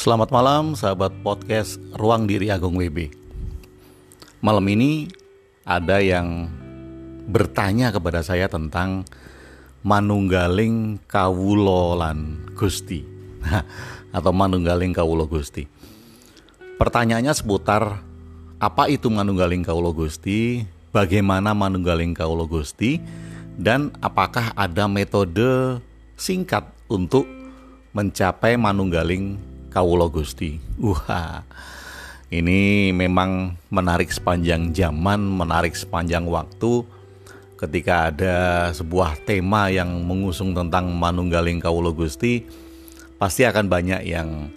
Selamat malam sahabat podcast Ruang Diri Agung WB. Malam ini ada yang bertanya kepada saya tentang manunggaling kawula lan Gusti atau manunggaling kawula Gusti. Pertanyaannya seputar apa itu manunggaling kawula Gusti, bagaimana manunggaling kawula Gusti, dan apakah ada metode singkat untuk mencapai manunggaling kawula Gusti. Ini memang menarik sepanjang zaman, menarik sepanjang waktu. Ketika ada sebuah tema yang mengusung tentang manunggaling kawula Gusti, pasti akan banyak yang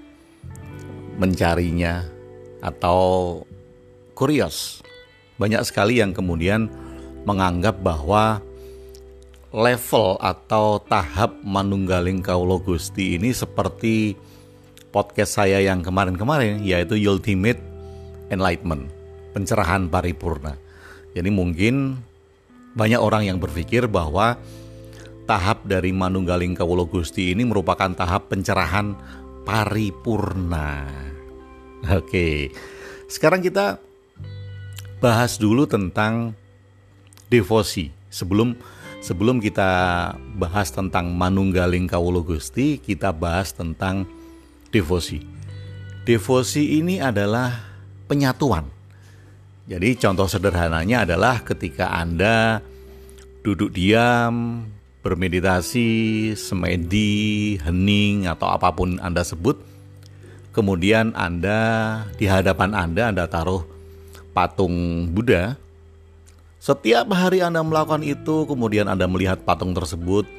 mencarinya atau kurios. Banyak sekali yang kemudian menganggap bahwa level atau tahap manunggaling kawula Gusti ini seperti podcast saya yang kemarin-kemarin, yaitu Ultimate Enlightenment, pencerahan paripurna. Jadi mungkin banyak orang yang berpikir bahwa tahap dari manunggaling kawula Gusti ini merupakan tahap pencerahan paripurna. Oke, sekarang kita bahas dulu tentang devosi. Sebelum kita bahas tentang manunggaling kawula Gusti, kita bahas tentang devosi. Devosi ini adalah penyatuan. Jadi contoh sederhananya adalah ketika Anda duduk diam, bermeditasi, semedi, hening, atau apapun Anda sebut. Kemudian di hadapan Anda taruh patung Buddha. Setiap hari Anda melakukan itu, kemudian Anda melihat patung tersebut,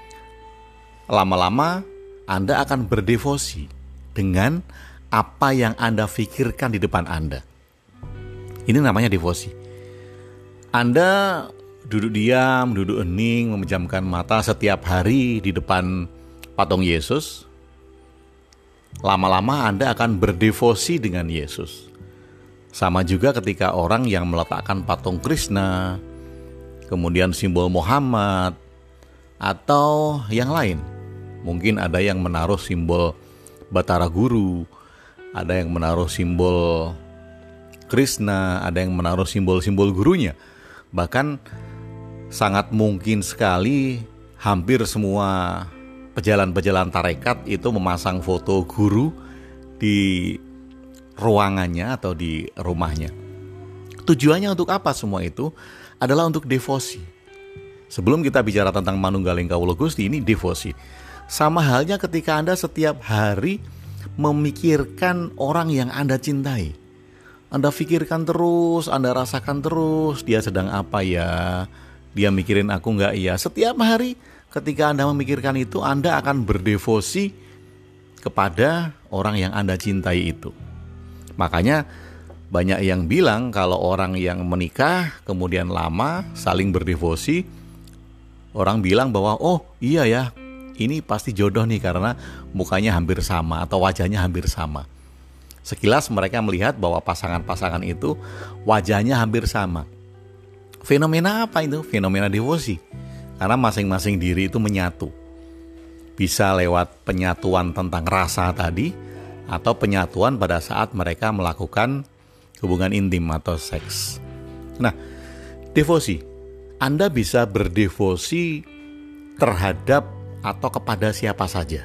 lama-lama Anda akan berdevosi dengan apa yang Anda pikirkan di depan Anda. Ini namanya devosi. Anda duduk diam, duduk hening, memejamkan mata setiap hari di depan patung Yesus. Lama-lama Anda akan berdevosi dengan Yesus. Sama juga ketika orang yang meletakkan patung Krishna, kemudian simbol Muhammad, atau yang lain. Mungkin ada yang menaruh simbol Batara Guru, ada yang menaruh simbol Krishna, ada yang menaruh simbol-simbol gurunya. Bahkan sangat mungkin sekali hampir semua pejalan-pejalan tarekat itu memasang foto guru di ruangannya atau di rumahnya. Tujuannya untuk apa semua itu? Adalah untuk devosi. Sebelum kita bicara tentang manunggaling kawula Gusti, ini devosi. Sama halnya ketika Anda setiap hari memikirkan orang yang Anda cintai. Anda pikirkan terus, Anda rasakan terus, dia sedang apa ya? Dia mikirin aku enggak ya? Setiap hari ketika Anda memikirkan itu, Anda akan berdevosi kepada orang yang Anda cintai itu. Makanya banyak yang bilang kalau orang yang menikah kemudian lama saling berdevosi, orang bilang bahwa oh iya ya, ini pasti jodoh nih karena mukanya hampir sama atau wajahnya hampir sama. Sekilas mereka melihat bahwa pasangan-pasangan itu wajahnya hampir sama. Fenomena apa itu? Fenomena devosi. Karena masing-masing diri itu menyatu. Bisa lewat penyatuan tentang rasa tadi, atau penyatuan pada saat mereka melakukan hubungan intim atau seks. Nah, devosi. Anda bisa berdevosi terhadap atau kepada siapa saja.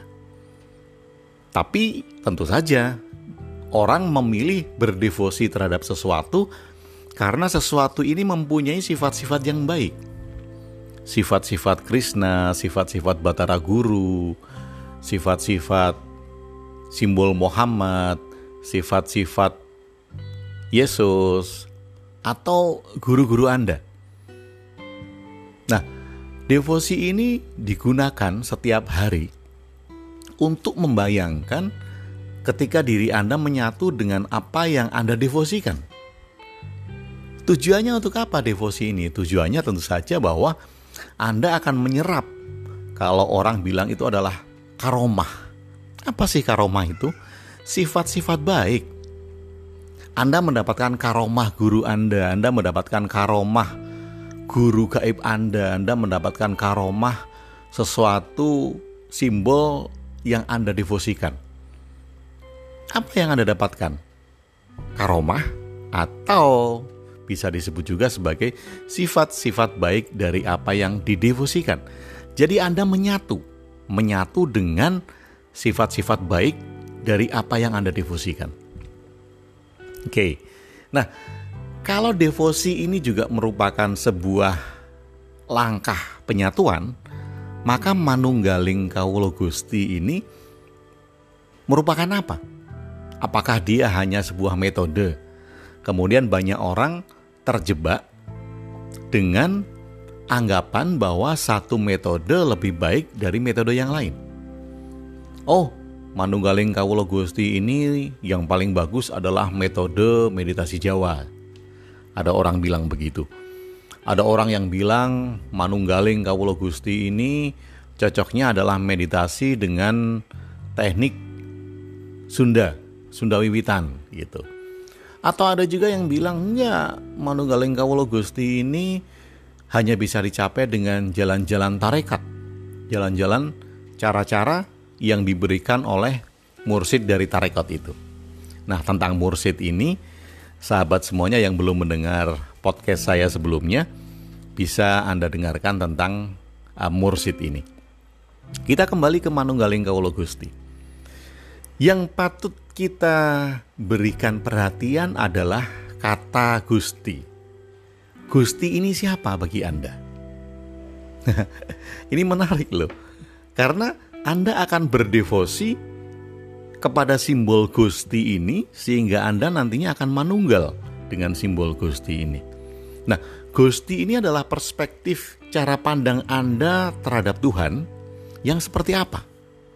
Tapi tentu saja orang memilih berdevosi terhadap sesuatu karena sesuatu ini mempunyai sifat-sifat yang baik. Sifat-sifat Krishna, sifat-sifat Batara Guru, sifat-sifat simbol Muhammad, sifat-sifat Yesus, atau guru-guru Anda. Nah, devosi ini digunakan setiap hari untuk membayangkan ketika diri Anda menyatu dengan apa yang Anda devosikan. Tujuannya untuk apa devosi ini? Tujuannya tentu saja bahwa Anda akan menyerap. Kalau orang bilang itu adalah karomah. Apa sih karomah itu? Sifat-sifat baik. Anda mendapatkan karomah guru Anda mendapatkan karomah guru gaib Anda mendapatkan karomah sesuatu simbol yang Anda devosikan. apa yang Anda dapatkan? Karomah, atau bisa disebut juga sebagai sifat-sifat baik dari apa yang didevosikan. Jadi Anda menyatu dengan sifat-sifat baik dari apa yang Anda devosikan. Oke. Nah, kalau devosi ini juga merupakan sebuah langkah penyatuan, maka manunggaling kawula Gusti ini merupakan apa? Apakah dia hanya sebuah metode? Kemudian banyak orang terjebak dengan anggapan bahwa satu metode lebih baik dari metode yang lain. Oh, manunggaling kawula Gusti ini yang paling bagus adalah metode meditasi Jawa. Ada orang bilang begitu. Ada orang yang bilang manunggaling kawula Gusti ini cocoknya adalah meditasi dengan teknik Sunda Wiwitan gitu. Atau ada juga yang bilang enggak, manunggaling kawula Gusti ini hanya bisa dicapai dengan jalan-jalan tarekat, jalan-jalan cara-cara yang diberikan oleh mursyid dari tarekat itu. Nah, tentang mursyid ini, sahabat semuanya yang belum mendengar podcast saya sebelumnya, bisa Anda dengarkan tentang mursyid ini. Kita kembali ke manunggaling kawula Gusti. Yang patut kita berikan perhatian adalah kata Gusti. Gusti ini siapa bagi Anda? Ini menarik loh. Karena Anda akan berdevosi kepada simbol Gusti ini sehingga Anda nantinya akan manunggal dengan simbol Gusti ini. Nah, Gusti ini adalah perspektif cara pandang Anda terhadap Tuhan yang seperti apa?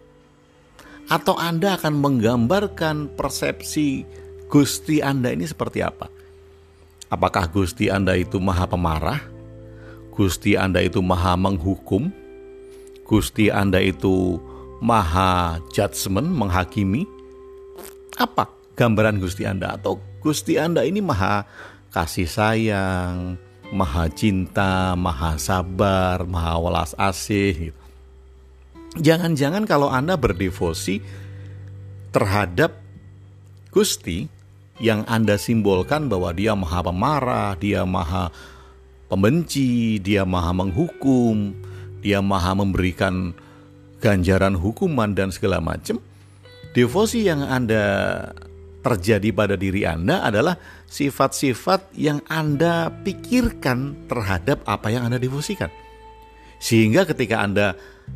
Atau Anda akan menggambarkan persepsi Gusti Anda ini seperti apa? Apakah Gusti Anda itu maha pemarah? Gusti Anda itu maha menghukum? Gusti Anda itu maha judgment, menghakimi? Apa gambaran Gusti Anda? Atau Gusti Anda ini maha kasih sayang, maha cinta, maha sabar, maha welas asih gitu. Jangan-jangan kalau Anda berdevosi terhadap Gusti yang Anda simbolkan bahwa dia maha pemarah, dia maha pembenci, dia maha menghukum, dia maha memberikan ganjaran hukuman dan segala macam, devosi yang Anda terjadi pada diri Anda adalah sifat-sifat yang Anda pikirkan terhadap apa yang Anda devosikan. Sehingga ketika Anda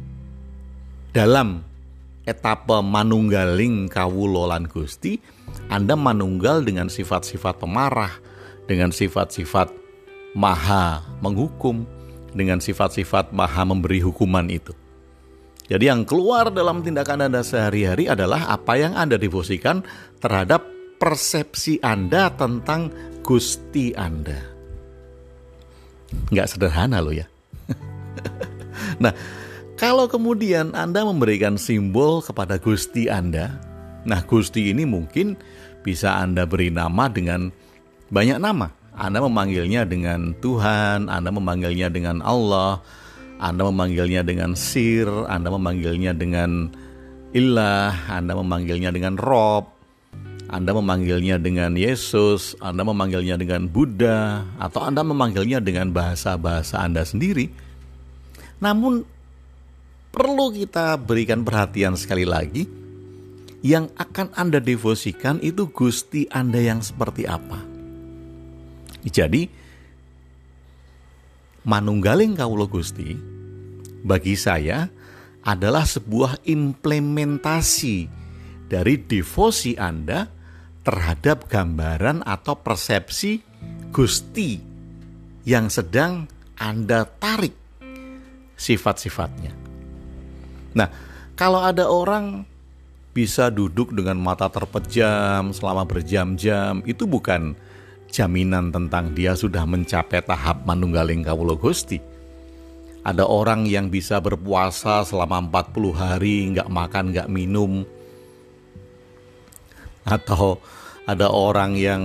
dalam etapa manunggaling kawula lan Gusti, Anda manunggal dengan sifat-sifat pemarah, dengan sifat-sifat maha menghukum, dengan sifat-sifat maha memberi hukuman itu. Jadi yang keluar dalam tindakan Anda sehari-hari adalah apa yang Anda devosikan terhadap persepsi Anda tentang Gusti Anda. Nggak sederhana loh ya. Nah, kalau kemudian Anda memberikan simbol kepada Gusti Anda, nah Gusti ini mungkin bisa Anda beri nama dengan banyak nama. Anda memanggilnya dengan Tuhan, Anda memanggilnya dengan Allah, Anda memanggilnya dengan Sir, Anda memanggilnya dengan Ilah, Anda memanggilnya dengan Rob, Anda memanggilnya dengan Yesus, Anda memanggilnya dengan Buddha, atau Anda memanggilnya dengan bahasa-bahasa Anda sendiri. Namun perlu kita berikan perhatian sekali lagi, yang akan Anda devosikan itu Gusti Anda yang seperti apa. Jadi, manunggaling kawula Gusti bagi saya adalah sebuah implementasi dari devosi Anda terhadap gambaran atau persepsi Gusti yang sedang Anda tarik sifat-sifatnya. Nah, kalau ada orang bisa duduk dengan mata terpejam selama berjam-jam, itu bukan jaminan tentang dia sudah mencapai tahap manunggaling kawula Gusti. Ada orang yang bisa berpuasa selama 40 hari, nggak makan, nggak minum. Atau ada orang yang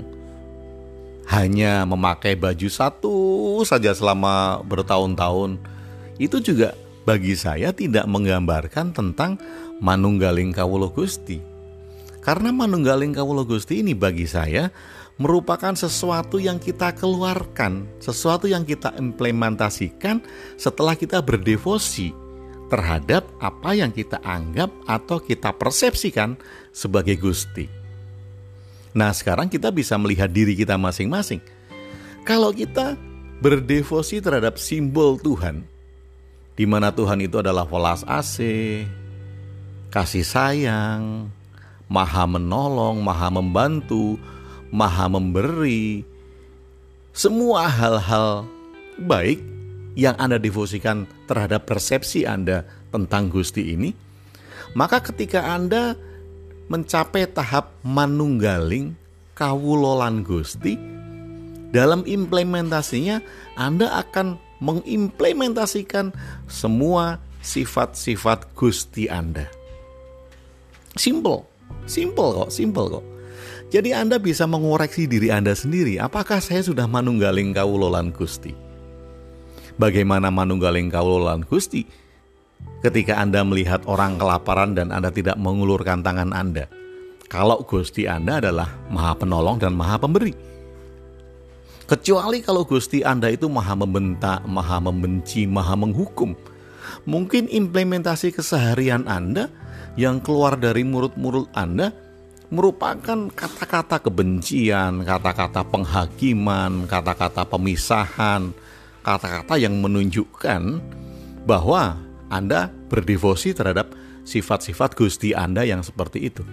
hanya memakai baju satu saja selama bertahun-tahun. Itu juga bagi saya tidak menggambarkan tentang manunggaling kawula Gusti. Karena manunggaling kawula Gusti ini bagi saya merupakan sesuatu yang kita keluarkan, sesuatu yang kita implementasikan setelah kita berdevosi terhadap apa yang kita anggap atau kita persepsikan sebagai Gusti. Nah, sekarang kita bisa melihat diri kita masing-masing. Kalau kita berdevosi terhadap simbol Tuhan, di mana Tuhan itu adalah welas asih, kasih sayang, maha menolong, maha membantu, maha memberi, semua hal-hal baik yang Anda devosikan terhadap persepsi Anda tentang Gusti ini, maka ketika Anda mencapai tahap manunggaling kawulolan Gusti, dalam implementasinya Anda akan mengimplementasikan semua sifat-sifat Gusti Anda. Simple kok. Jadi Anda bisa mengoreksi diri Anda sendiri, apakah saya sudah manunggaling kawulolan Gusti? Bagaimana manunggaling kawulolan Gusti? Ketika Anda melihat orang kelaparan dan Anda tidak mengulurkan tangan Anda, kalau Gusti Anda adalah maha penolong dan maha pemberi. Kecuali kalau Gusti Anda itu maha membentak, maha membenci, maha menghukum. Mungkin implementasi keseharian Anda yang keluar dari mulut-mulut Anda merupakan kata-kata kebencian, kata-kata penghakiman, kata-kata pemisahan, kata-kata yang menunjukkan bahwa Anda berdevosi terhadap sifat-sifat Gusti Anda yang seperti itu.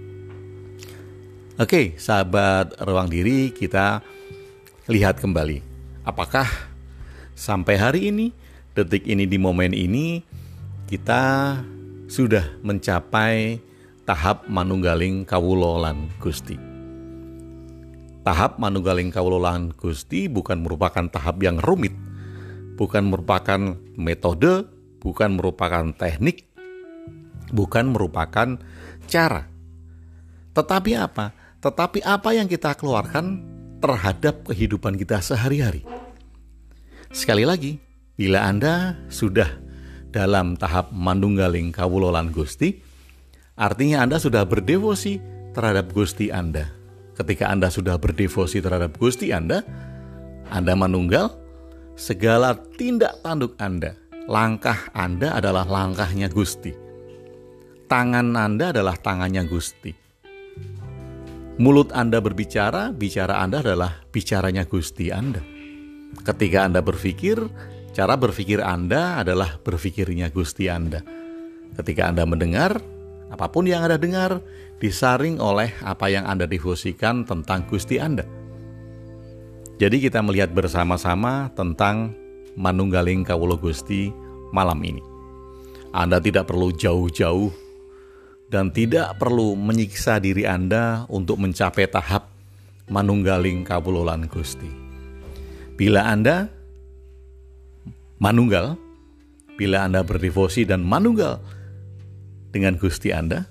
Oke, sahabat Ruang Diri, kita lihat kembali. Apakah sampai hari ini, detik ini, di momen ini, kita sudah mencapai tahap manunggaling kawulolan Gusti. Tahap manunggaling kawulolan Gusti bukan merupakan tahap yang rumit, bukan merupakan metode, bukan merupakan teknik, bukan merupakan cara. Tetapi apa? Tetapi apa yang kita keluarkan terhadap kehidupan kita sehari-hari. Sekali lagi, bila Anda sudah dalam tahap manunggaling kawulolan Gusti, artinya Anda sudah berdevosi terhadap Gusti Anda. Ketika Anda sudah berdevosi terhadap Gusti Anda manunggal, segala tindak tanduk Anda, langkah Anda adalah langkahnya Gusti. Tangan Anda adalah tangannya Gusti. Mulut Anda berbicara, bicara Anda adalah bicaranya Gusti Anda. Ketika Anda berpikir, cara berpikir Anda adalah berpikirnya Gusti Anda. Ketika Anda mendengar, apapun yang Anda dengar disaring oleh apa yang Anda devosikan tentang Gusti Anda. Jadi kita melihat bersama-sama tentang manunggaling kawula Gusti malam ini. Anda tidak perlu jauh-jauh dan tidak perlu menyiksa diri Anda untuk mencapai tahap manunggaling kawulolan Gusti. Bila Anda manunggal, bila Anda berdevosi dan manunggal dengan Gusti Anda,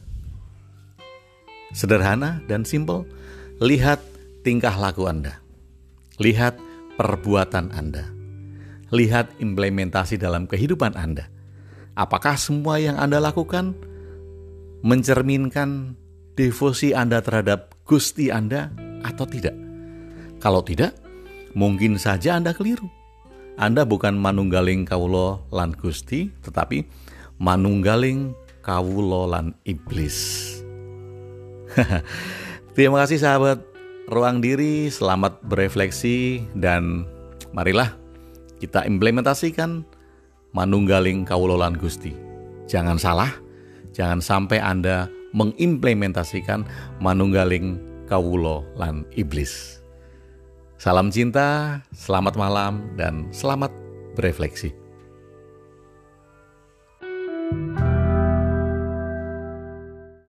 sederhana dan simpel, lihat tingkah laku Anda, lihat perbuatan Anda, lihat implementasi dalam kehidupan Anda. Apakah semua yang Anda lakukan mencerminkan devosi Anda terhadap Gusti Anda atau tidak? Kalau tidak, mungkin saja Anda keliru. Anda bukan manunggaling kawulolan Gusti, tetapi manunggaling kawulolan iblis. Terima kasih sahabat Ruang Diri, selamat berefleksi dan marilah kita implementasikan manunggaling kawulolan Gusti. Jangan salah, jangan sampai Anda mengimplementasikan manunggaling kawulolan iblis. Salam cinta, selamat malam, dan selamat berefleksi.